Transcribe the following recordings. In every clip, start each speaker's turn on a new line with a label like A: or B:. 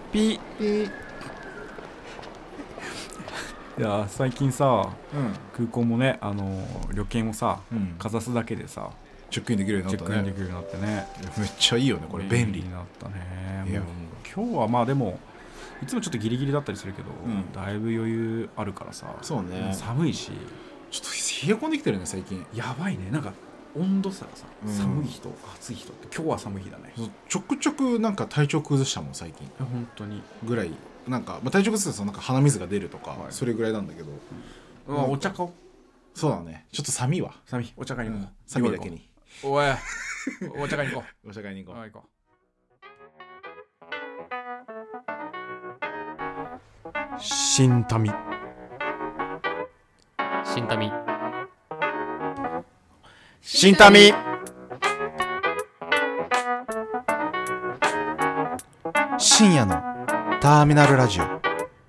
A: ピ
B: い
A: や最近さ、
B: うん、
A: 空港もね、旅券をさ、か
B: チ
A: ざすだけでさ
B: ェックインできるように
A: チェックインで
B: なったね。
A: きるようになってね。
B: めっちゃいいよねこれ、便利。
A: になったね。
B: いや
A: もう今日はまあでもいつもちょっとギリギリだったりするけど、
B: ん
A: だいぶ余裕あるからさ。
B: そうね、
A: 寒いし
B: ちょっと冷え込んできてるね最近。
A: やばいね。なんか温度差がさ、
B: うん
A: 寒い日と暑い日とって今日は寒い日だね。
B: ちょくちょくなんか体調崩したもん最近
A: 本当に。
B: ぐらい。なんか、体調崩すとなんか鼻水が出るとか、
A: はい
B: それぐらいなんだけど、
A: お茶買おう。
B: そうだね、ちょっと寒いわ。
A: 寒い。お茶買いに行こう。
B: 寒いだけに
A: おいお茶買いに行こ
B: お茶会に行
A: う。
B: こう。
A: 行こう。新民
C: 新民
A: 新民
B: 深夜のターミナルラジオ。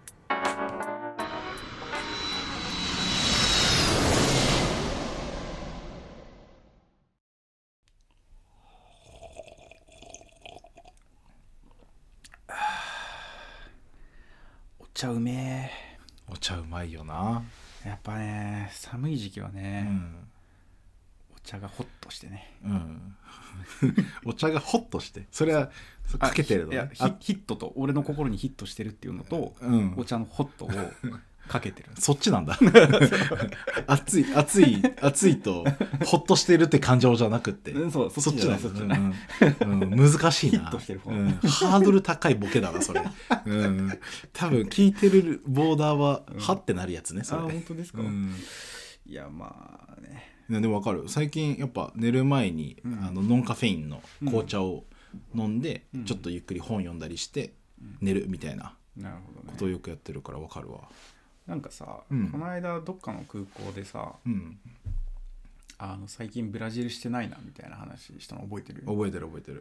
A: お茶うめ
B: お茶うまいよな。
A: え。やっぱね、寒い時期は
B: う
A: ね、
B: ん
A: お茶がホッとしてね。
B: うんお茶がホッとして、それはかけてるの
A: いや
B: ね。
A: ヒットと、俺の心にヒットしてるっていうのと、
B: うん
A: お茶のホットをかけてる。
B: そっちなんだ熱いとホッとしてるって感情じゃなくって
A: そう、そっちじゃない、そっちじゃない。
B: 難しいな。
A: ヒットしてる方
B: ハードル高いボケだなそれ。多分聞いてるボーダーははってなるやつね、それ。
A: 本当ですか。
B: うん
A: いや、まあね。
B: でも分かる。最近やっぱ寝る前に、ノンカフェインの紅茶を飲んで、ちょっとゆっくり本読んだりして寝るみたいな
A: なるほどね。
B: ことをよくやってるから分かるわ。
A: なんかさ、
B: うん
A: この間どっかの空港でさ、
B: うん
A: 最近ブラジルしてないなみたいな話したの覚えてる？
B: 覚えてる。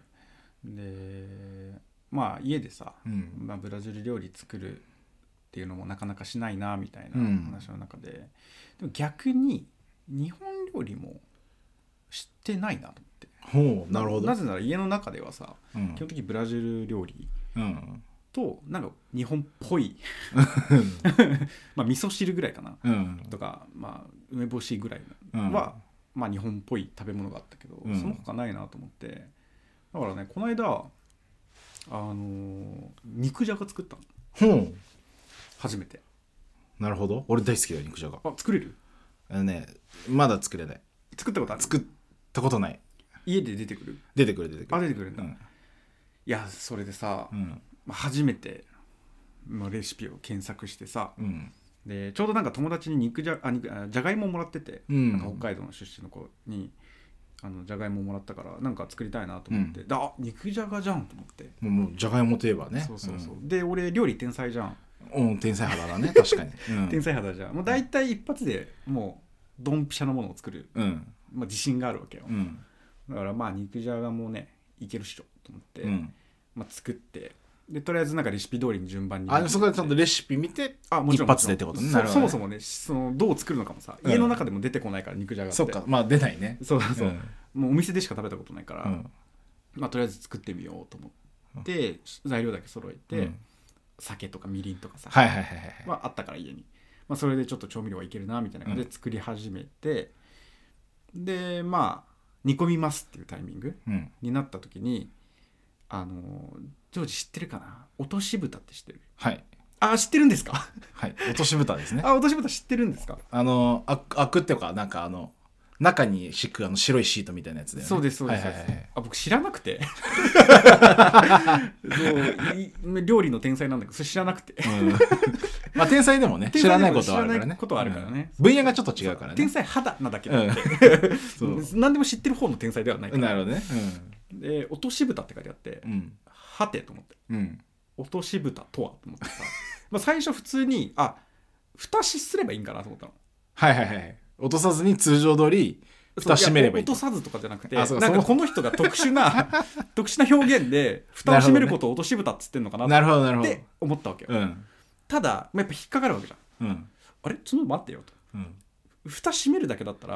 A: で、まあ家でさ、
B: うん
A: ブラジル料理作るっていうのもなかなかしないなみたいな話の中で、でも逆に日本料理も知ってないなと思って。
B: ほう、なるほど。
A: なぜなら家の中ではさ、
B: うん
A: 基本的にブラジル料理
B: うん
A: となんか日本っぽいまあ味噌汁ぐらいかな、
B: うん
A: とか、まあ、梅干しぐらい
B: うん
A: は、まあ、日本っぽい食べ物があったけど、その他ないなと思って。だからね、この間肉じゃが作ったの、
B: ほう、
A: 初めて。
B: なるほど。俺大好きだよ肉じゃが。
A: 作れる？
B: まだ作れない。
A: 作ったことある？
B: 作ったことない。
A: 家で出てくる？
B: 出てくる。
A: 出てくるんだ、
B: うん
A: いやそれでさ、
B: うん
A: 初めて、レシピを検索してさ、
B: うん
A: でちょうどなんか友達にじゃがいももらってて、
B: うん
A: なんか北海道の出身の子にじゃがいももらったからなんか作りたいなと思って、肉じゃがじゃんと思って。
B: もうじゃがいもといえばね。
A: そう、で俺料理天才じゃん、
B: 天才肌だね確かに。
A: 天才肌じゃん。もう大体一発でもうドンピシャのものを作る、自信があるわけよ、だからまあ肉じゃがもねいけるっしょと思って、作って、でとりあえずなんかレシピ通りに順番に、
B: そこでちゃんとレシピ見て
A: もちろん
B: 一発でってことね。
A: そもそもね、どう作るのかもさ、家の中でも出てこないから肉じゃがって。
B: そっか、まあ出ないね。
A: そう、もうお店でしか食べたことないから、とりあえず作ってみようと思って材料だけ揃えて、酒とかみりんとかさ、あったから家に、それでちょっと調味料はいけるなみたいな感じで作り始めて、で煮込みますっていうタイミングになった時に、ジョージ知ってるかな、落とし蓋って知ってる？
B: はい。
A: 知ってるんですか？
B: 落とし蓋ですね。
A: 落とし蓋知ってるんですか？
B: 開くっていうか、なんか中に敷く白いシートみたいなやつだよね。
A: そうです僕知らなくて料理の天才なんだけどそれ知らなくて、
B: 天才でもね知らないことはあるからね。
A: 知らないことはあるからね、
B: 分野がちょっと違うからね。
A: 天才肌なだけで、何でも知ってる方の天才ではないから。
B: なるほどね。
A: で落とし蓋って書いてあって、はてと思って、落とし蓋とはと思ってさ最初普通に蓋すればいいんかなと思ったの。
B: 落とさずに通常通り蓋閉めればいい。
A: 落とさずとかじゃなくて、なんかこの人が特殊な表現で蓋を閉めることを落とし蓋っつってんのかなって思ったわけよ。ただやっぱ引っかかるわけじゃん。あれちょっと待ってよと、蓋閉めるだけだったら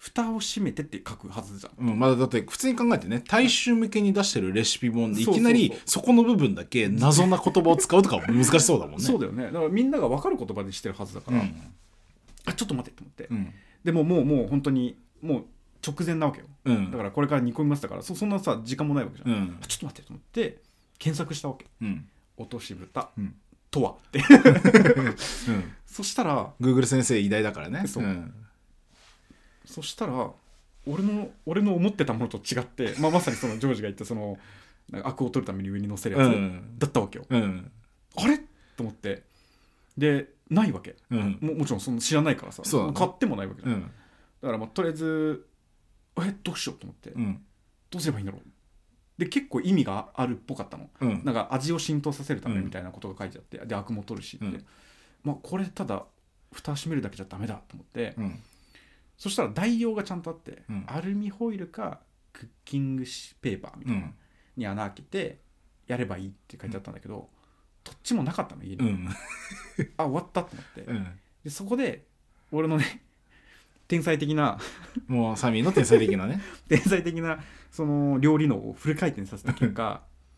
A: 蓋を閉めてって書くはずじゃん、
B: まあ、だって普通に考えてね大衆向けに出してるレシピ本でいきなりそこの部分だけ謎な言葉を使うとか難しそうだもんね。
A: そうだよね。だからみんなが分かる言葉でしてるはずだから、あちょっと待ってと思って、でももう本当にもう直前なわけよ、だからこれから煮込みますだからそんなさ時間もないわけじゃん、ちょっと待ってと思って検索したわけ、落とし蓋、とはってそしたら
B: Google 先生偉大だからね。
A: そしたら俺の思ってたものと違って、まさにそのジョージが言ったそのなんかアクを取るために上に乗せるやつだったわけよ、あれと思ってでないわけ、もちろんその知らないからさ、買ってもないわけじゃん、だからとりあえずどうしようと思って、どうすればいいんだろうで結構意味があるっぽかったの、なんか味を浸透させるためみたいなことが書いてあって、でアクも取るしって、これただ蓋閉めるだけじゃダメだと思って、そしたら代用がちゃんとあって、アルミホイルかクッキングペーパーみたいなに穴開けてやればいいって書いてあったんだけど、どっちもなかったの家に、終わったと思って、でそこで俺のね天才的な
B: もうサミーの天才的なね
A: 天才的なその料理脳をフル回転させた結果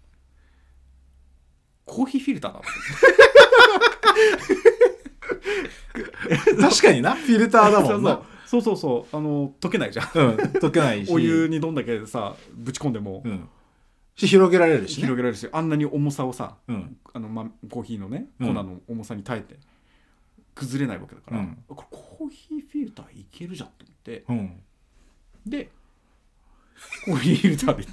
A: コーヒーフィルターだ
B: 確かになフィルターだもんな。
A: そう溶けないじゃん、
B: 溶けないし
A: お湯にどんだけさぶち込んでも、
B: 広げられるし、
A: あんなに重さをさ、コーヒーのね粉の重さに耐えて崩れないわけだから、これコーヒーフィルターいけるじゃんと思って、でコーヒーフィルターで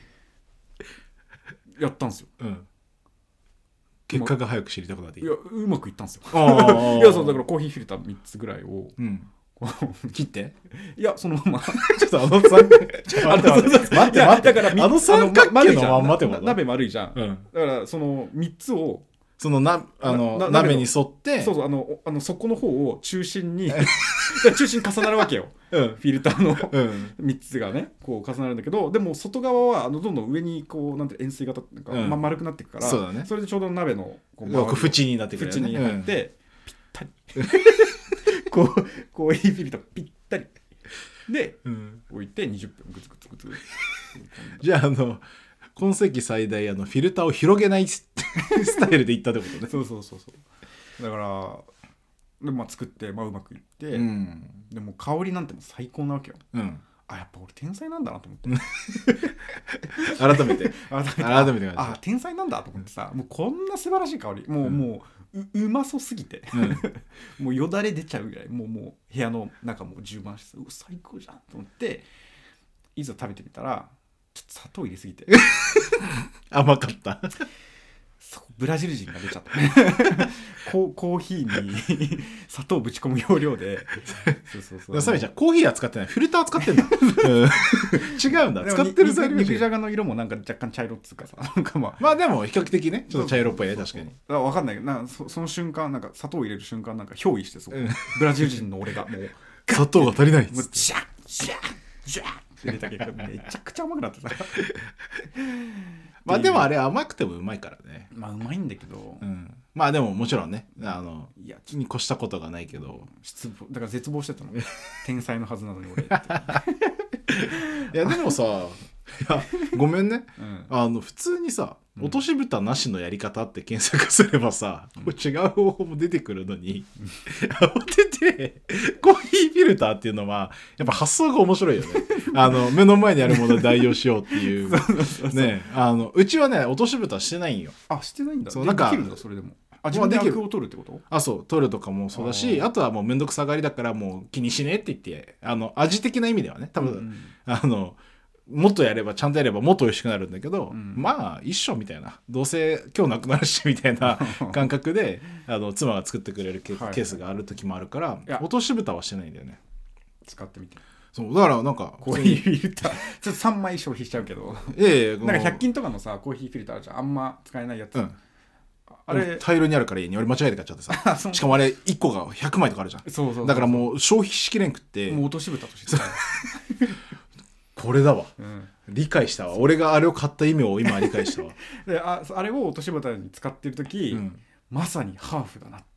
A: やったんですよ、
B: 結果が早く知りたくなっていい。
A: いやうまくいったんですよいやそうだからコーヒーフィルター3つぐらいを、
B: 切って
A: いやそのまま
B: ちょっと待ってだから三角形のまんまってこと。
A: 鍋丸いじゃん、だからその3つを
B: その鍋に沿って
A: そうそこの方を中心に中心重なるわけよ、フィルターの3つがねこう重なるんだけど、でも外側はどんどん上にこうなんて円錐型なんか、丸くなっていくから、それでちょうど鍋のこう
B: 縁になってくる、
A: 縁になってぴったりコーヒーフィルターぴったりで、置いて20分グツグツグツ
B: じゃあ今世紀最大フィルターを広げないスタイルでいったってことね。
A: そうだからで、作って、うまくいって、でも香りなんても最高なわけよ、やっぱ俺天才なんだなと思って
B: 改めて
A: 天才なんだと思ってさ、もうこんな素晴らしい香りもううまそすぎて、もうよだれ出ちゃうぐらいもう部屋の中も充満して最高じゃんと思って、いざ食べてみたらちょっと砂糖入れすぎて
B: 甘かった
A: ブラジル人が出ちゃったコーヒーに砂糖ぶち込む要領で
B: サミちゃんコーヒーは使ってない、フィルター使ってんだ違うんだ、使ってる材料
A: 肉じゃがの色もなんか若干茶色っつうかさなんか
B: でも比較的ねちょっと茶色っぽいね。確かに
A: 分かんないけどその瞬間なんか砂糖を入れる瞬間なんか憑依してそう、ブラジル人の俺がもう
B: 砂糖が足りないっ
A: もうジャッジャッジャッ入れた結果めちゃくちゃ甘くなってさ
B: でもあれ甘くてもうまいからね。
A: うまいんだけど、
B: でももちろんねに越したことがないけど、
A: だから絶望してたの天才のはずなのに俺
B: いやでもさごめんね、普通にさ落とし蓋なしのやり方って検索すればさ、違う方法も出てくるのに慌ててコーヒーフィルターっていうのはやっぱ発想が面白いよね目の前にあるもので代用しようっていうね。うちはね落とし蓋してないんよ。
A: してないんだ。
B: そうなんか
A: できるんだそれでも。自分でアクを取るってこと？
B: そう取るとかもそうだし、あとはもうめんどくさがりだからもう気にしねえって言って味的な意味ではね多分、もっとやればちゃんとやればもっと美味しくなるんだけど、一緒みたいな、どうせ今日なくなるしみたいな感覚で妻が作ってくれるケースがある時もあるから、落とし蓋はしてないんだよね。
A: 使ってみて。
B: そうだからなんか
A: コーヒーフィルターちょっと3枚消費しちゃうけどなんか100均とかのさコーヒーフィルターじゃあんま使えないやつ、
B: あれ大量にあるから家に俺間違えて買っちゃってさしかもあれ1個が100枚とかあるじゃん。
A: そう
B: だからもう消費しきれんくって
A: もう落とし蓋として
B: これだわ、理解したわ。俺があれを買った意味を今理解したわ
A: であれを落とし蓋に使ってる時、まさにハーフだなっていう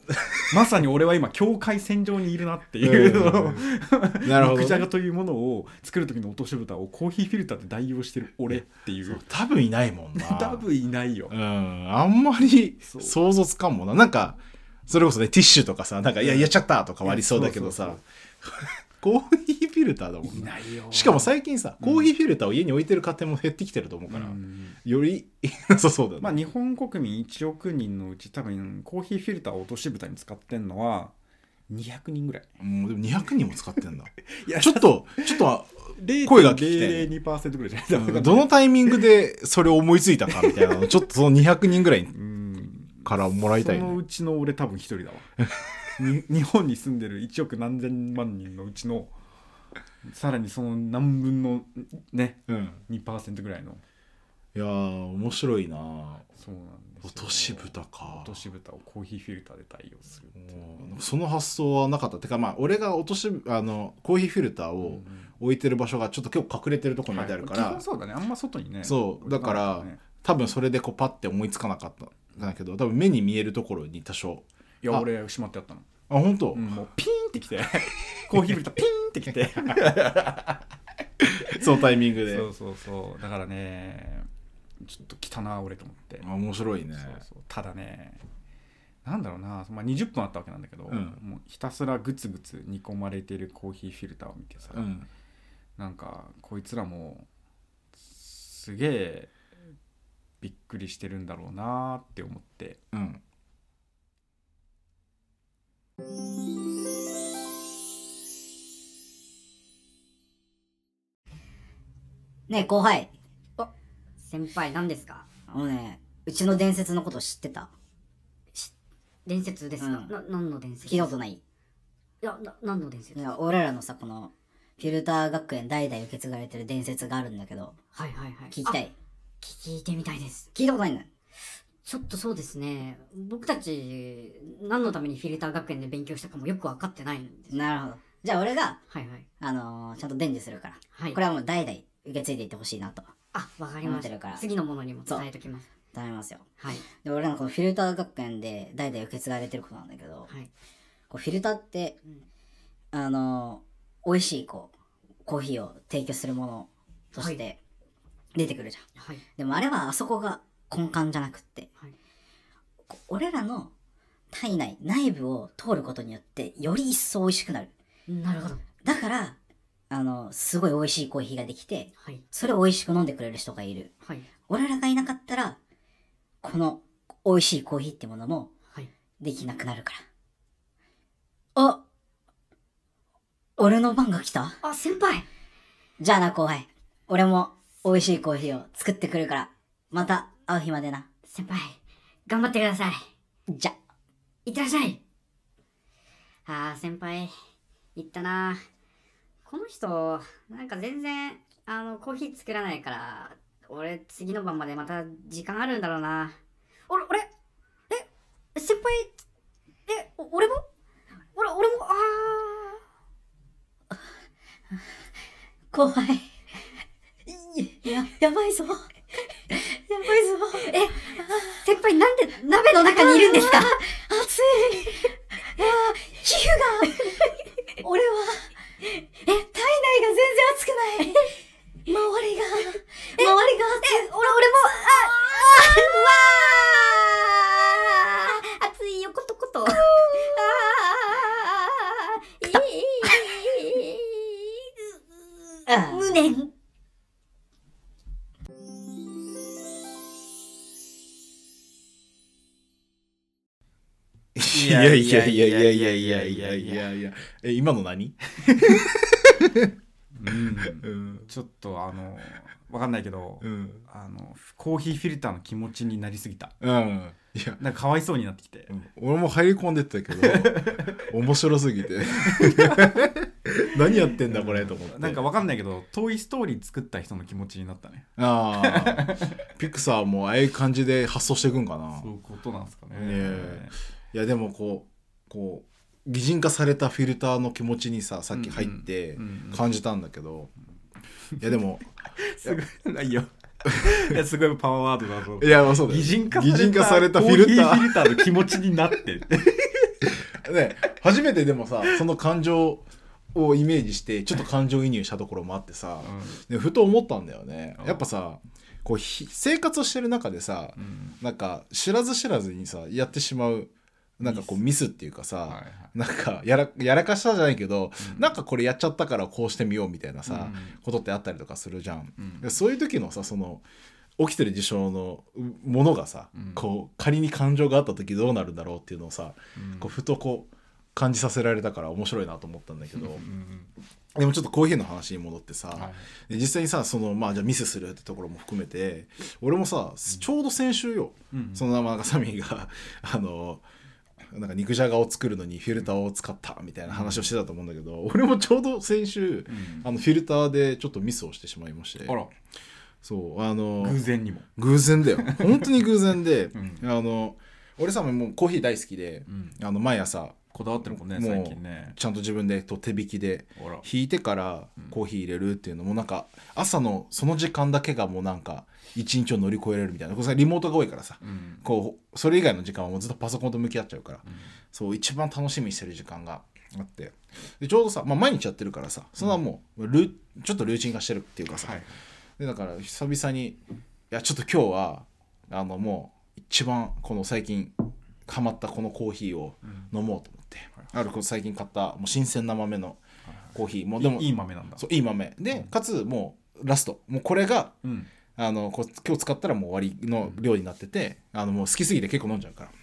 A: まさに俺は今境界線上にいるなっていう
B: なるほど、ね、
A: 肉じゃがというものを作る時の落とし蓋をコーヒーフィルターで代用してる俺っていう
B: 多分いないもんな
A: 多分いないよ、
B: あんまり想像つかんもんな。なんかそれこそねティッシュとかさなんかいややっちゃったとか割りそうだけどさコーヒーフィルターだもんね。
A: いないよ。
B: しかも最近さ、コーヒーフィルターを家に置いてる家庭も減ってきてると思うから、よりそうだね。
A: まあ日本国民1億人のうち多分コーヒーフィルターを落とし蓋に使ってんのは200人ぐらい。
B: もうでも200人も使ってんだ。
A: いや
B: ちょっと声が聞きたい。
A: 0.02% ぐらいじゃない。
B: どのタイミングでそれを思いついたかみたいなのちょっとその200人ぐらいからもらいたいね。
A: そのうちの俺多分一人だわ。日本に住んでる1億何千万人のうちのさらにその何分のね、2% ぐらいの。
B: いやー面白いな。
A: そうなんですよ。
B: 落とし蓋か。
A: 落とし蓋をコーヒーフィルターで代用するっていう。
B: その発想はなかった。てかまあ俺がコーヒーフィルターを置いてる場所がちょっと結構隠れてるところにあるから、
A: 基本そうだね、あんま外にね。
B: そうだから、多分それでこうパッて思いつかなかったんだけど、多分目に見えるところに多少。
A: いや俺しまってやったの。
B: あ本当、
A: もうピーンってきてコーヒーフィルターピーンってきて
B: そのタイミングで。
A: そうだからねちょっと来たな俺と思って。
B: 面白いね。
A: そうただねなんだろうな、まあ、20分あったわけなんだけど、もうひたすらグツグツ煮込まれてるコーヒーフィルターを見てさ、なんかこいつらもすげえびっくりしてるんだろうなって思って、
C: ねえ後輩。
D: 先輩何ですか？
C: ねうちの伝説のこと知ってた？
D: 伝説ですか？何の伝説？
C: 聞いたことない？
D: いや何の伝説？
C: いや俺らのさこのフィルター学園代々受け継がれてる伝説があるんだけど。
D: はい
C: 聞きたい？
D: 聞いてみたいです。
C: 聞いたことないんだよ。
D: ちょっとそうですね、僕たち何のためにフィルター学園で勉強したかもよく分かってないんです。
C: なるほど。じゃあ俺が
D: ち
C: ゃんと伝授するから、これはもう代々受け継いでいってほしいなと。
D: わかりました。次のものにも伝えときます。
C: 伝えますよ。で俺らのこのフィルター学園で代々受け継がれてることなんだけど、こうフィルターって、美味しいコーヒーを提供するものとして出てくるじゃん。でもあれはあそこが根幹じゃなくって、俺らの体内部を通ることによってより一層美味しくなる。
D: なるほど。
C: だからすごい美味しいコーヒーができて、それを美味しく飲んでくれる人がいる。俺らがいなかったらこの美味しいコーヒーってものもできなくなるから。俺の番が来た？
D: 先輩。
C: じゃあな後輩、俺も美味しいコーヒーを作ってくるからまた会う日までな。
D: 先輩頑張ってください。
C: じゃ
D: いってらっしゃい。先輩言ったな。この人なんか全然コーヒー作らないから、俺次の晩までまた時間あるんだろうな。俺先輩俺も
C: 後輩やばいぞ
D: 先輩なんで鍋の中にいるんですか？
C: 熱い皮膚が俺は体内が全然熱くない。周りが俺も
D: 熱いよことこと無念。
B: いや今の何？
A: ちょっとわかんないけど、コーヒーフィルターの気持ちになりすぎた。いやなんかかわいそうになってきて、
B: 俺も入り込んでったけど面白すぎて何やってんだこれと思って、
A: なんかわかんないけどトイストーリー作った人の気持ちになったね。
B: ピクサーもああいう感じで発想していくんかな。
A: そういうことなんですかね。
B: いやでもこう擬人化されたフィルターの気持ちにさっき入って感じたんだけど、いやでも
A: すごいないよすごいパワーワードだぞ。
B: いやそうだよ。
A: 擬人化
B: されたフィルター
A: の気持ちになって
B: ね、初めてでもさその感情をイメージしてちょっと感情移入したところもあってさ、でふと思ったんだよね。やっぱさこう生活をしてる中でさ、なんか知らず知らずにさやってしまうなんかこうミスっていうかさ、なんかやらかしたじゃないけど、なんかこれやっちゃったからこうしてみようみたいなさ、ことってあったりとかするじゃん。そういう時のさその起きてる事象のものがさ、こう仮に感情があった時どうなるんだろうっていうのをさ、こうふとこう感じさせられたから面白いなと思ったんだけど、でもちょっとコーヒーの話に戻ってさ、実際にさそのまあじゃあミスするってところも含めて俺もさ、ちょうど先週よ、そのなんかサミーがなんか肉じゃがを作るのにフィルターを使ったみたいな話をしてたと思うんだけど、俺もちょうど先週、フィルターでちょっとミスをしてしまいまして、そう
A: 偶然にも
B: 偶然だよ本当に偶然で、俺さもうコーヒー大好きで、毎朝
A: こだわってるもんね最近ね。
B: ちゃんと自分で手引きで引いてからコーヒー入れるっていうのもなんか朝のその時間だけがもうなんか一日を乗り越えれるみたいな。これリモートが多いからさ、こうそれ以外の時間はもうずっとパソコンと向き合っちゃうから、そう一番楽しみにしてる時間があって、でちょうどさ、毎日やってるからさそんなもうちょっとルーチン化してるっていうかさ、でだから久々にいやちょっと今日はもう一番この最近ハマったこのコーヒーを飲もうと思って、ある最近買ったもう新鮮な豆のコーヒーもでも
A: いい豆なんだ。
B: そういい豆で、かつもうラストもうこれが、今日使ったらもう終わりの量になってて、もう好きすぎて結構飲んじゃうから、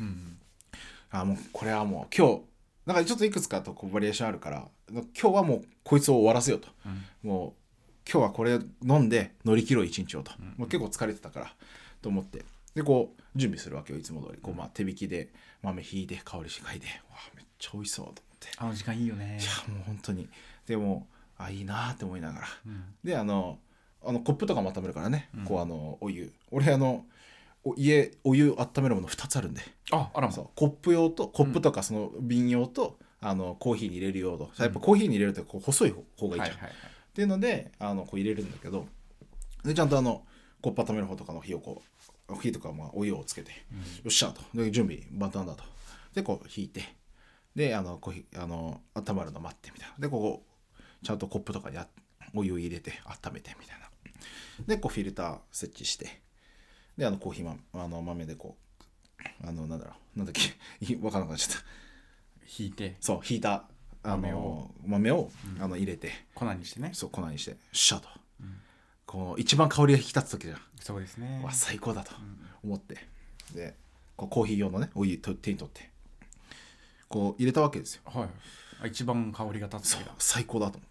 B: もうこれはもう今日なんかちょっといくつかとこうバリエーションあるから今日はもうこいつを終わらせようと、もう今日はこれ飲んで乗り切ろう一日をと、もう結構疲れてたからと思ってでこう準備するわけよ。いつも通りこう、手引きで豆ひいて香りし嗅いでわめっちゃ美味しそうと思って、
A: あの時間いいよね。
B: いやもう本当にでもいいなって思いながら、でコップとかも温めるからね、こうお湯俺家お湯温めるもの2つあるんで、そうコップ用とコップとかその瓶用と、コーヒーに入れる用と、やっぱコーヒーに入れるとこう細い方がいいじゃん、っていうのでこう入れるんだけど、でちゃんとコップ温める方とかの火をこう火とかお湯をつけて、よっしゃとで準備万端だとでこう引いてでコーヒー温まるの待ってみたいなでこうちゃんとコップとかにお湯を入れて温めてみたいなでこうフィルター設置してでコーヒー豆でこうなんだっけ分からなくなっちゃった。
A: 引いて
B: そう引いた豆を入れて
A: 粉にしてね。
B: そう粉にしてシャッと、こう一番香りが引き立つ時じゃん。
A: そうですね。
B: わ最高だと思って、でこうコーヒー用のねお湯手に取ってこう入れたわけですよ。
A: 一番香りが立つ時だ。
B: 最高だと思って、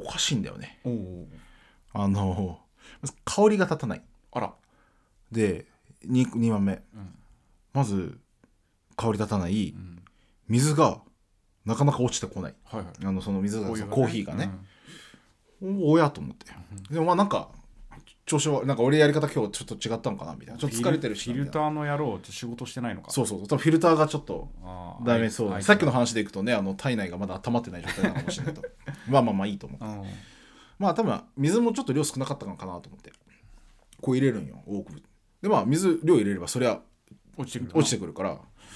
B: おかしいんだよね。香りが立たない。で 2番目、まず香り立たない、水がなかなか落ちてこない、その水がコーヒーがね、おやと思って、でもなんか調子はなんか俺やり方今日ちょっと違ったのかなみたいな、ちょっと疲れてるし
A: フィルターの野郎ちょ仕事してないのか。
B: そう多分フィルターがちょっとダメそう。さっきの話でいくとね体内がまだ温まってない状態なのかもしれないけどまあいいと思って、多分水もちょっと量少なかったのかなと思ってこう入れるんよ多くで水量入れればそりゃ落ちてくるから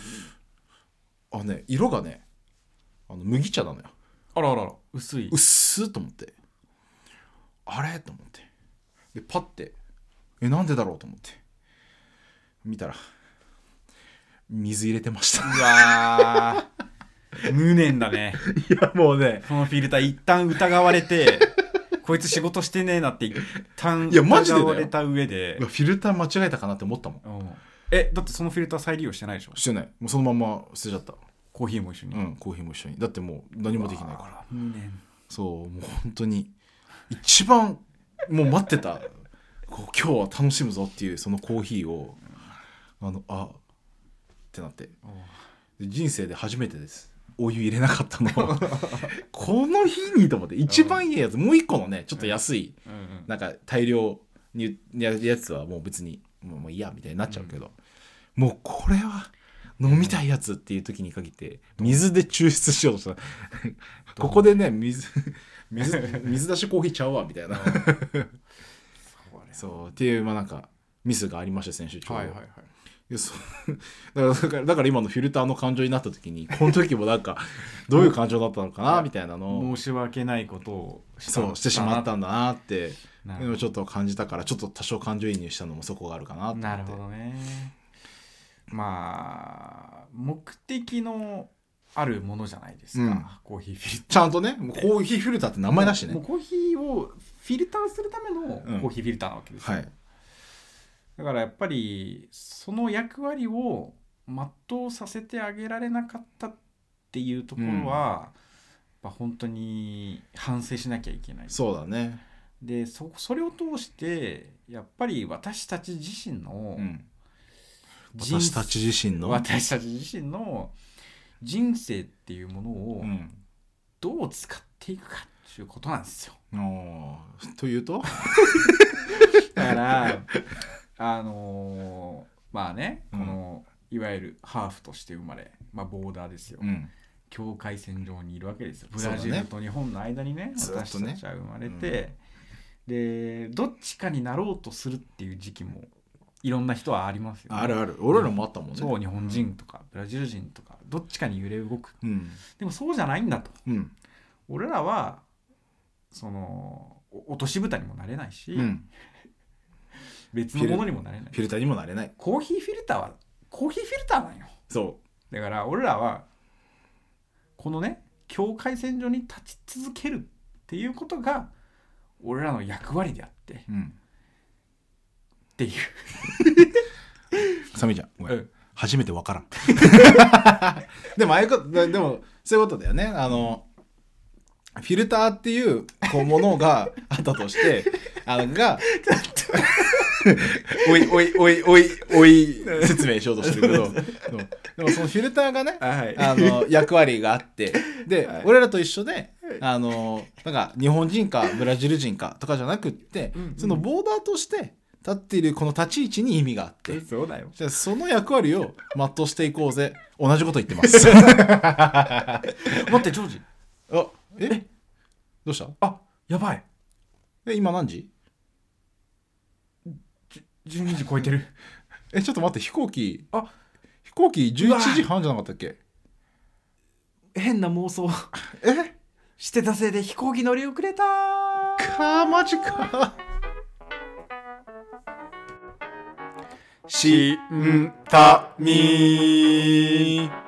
B: 色がね麦茶なのよ。
A: あら薄
B: っと思ってあれと思ってでパッてなんでだろうと思って見たら水入れてました。
A: うわ無念だね。
B: いやもうね
A: そのフィルター一旦疑われてこいつ仕事してねえなって一旦
B: 疑
A: われた上で
B: フィルター間違えたかなって思ったもん。
A: だってそのフィルター再利用してないでしょ。
B: してない。もうそのまま捨てちゃった。
A: コーヒーも一緒に。
B: コーヒーも一緒に。だってもう何もできないから。
A: 無念。
B: そうもう本当に一番もう待ってた今日は楽しむぞっていうそのコーヒーをってなってで人生で初めてですお湯入れなかったのこの日にと思って一番いいやつもう一個のねちょっと安いなんか大量にやるやつはもう別にもういいやみたいになっちゃうけど、もうこれは飲みたいやつっていう時に限って水で抽出しようとしたここでね水出しコーヒーちゃうわみたいなそうっていうなんかミスがありました先週。 いやだから今のフィルターの感情になった時にこの時もなんかどういう感情だったのかなみたいなの
A: を申し訳ないことを
B: してしまったんだなってちょっと感じたから、ちょっと多少感情移入したのもそこがあるかなって。
A: なるほどね。まあ目的のあるものじゃないですか、コーヒーフィルター。
B: ちゃんとね、もうコーヒーフィルターって名前だしね。
A: もうコーヒーをフィルターするためのコーヒーフィルターなわけですよ、だからやっぱりその役割を全うさせてあげられなかったっていうところは、やっぱ本当に反省しなきゃいけない。
B: そうだね。
A: でそれを通してやっぱり私たち自身の、
B: 私たち自身
A: の人生っていうものをどう使っていくかっていうことなんですよ。
B: というと
A: だからまあね、このいわゆるハーフとして生まれ、ボーダーですよ、境界線上にいるわけですよ。ブラジルと日本の間にね、私たちは生まれて、でどっちかになろうとするっていう時期もいろんな人はありますよね。
B: あるある。俺らもあったもんね。
A: そう、日本人とかブラジル人とかどっちかに揺れ動く、でもそうじゃないんだと、俺らはその落とし蓋にもなれないし、別のものにもなれない。
B: フィルターにもなれない。
A: コーヒーフィルターはコーヒーフィルターなんよ。
B: そう
A: だから俺らはこのね境界線上に立ち続けるっていうことが俺らの役割であって、っていう
B: サミちゃんごめん、初めて分からんでもそういうことだよね。フィルターっていうものがあったとしておい説明しようとしてるけどでもそのフィルターがね、役割があってで、俺らと一緒でなんか日本人かブラジル人かとかじゃなくって、そのボーダーとして立っているこの立ち位置に意味があって、
A: そうだよ。
B: じゃあその役割を全うしていこうぜ。同じこと言ってます
A: 待ってジョージ、
B: どうした？
A: やばい。
B: 今何時
A: ？12時超えてる。
B: ちょっと待って、飛行機11時半じゃなかったっけ？
A: 変な妄想してたせいで飛行機乗り遅れた
B: マジか。
A: しんたみー。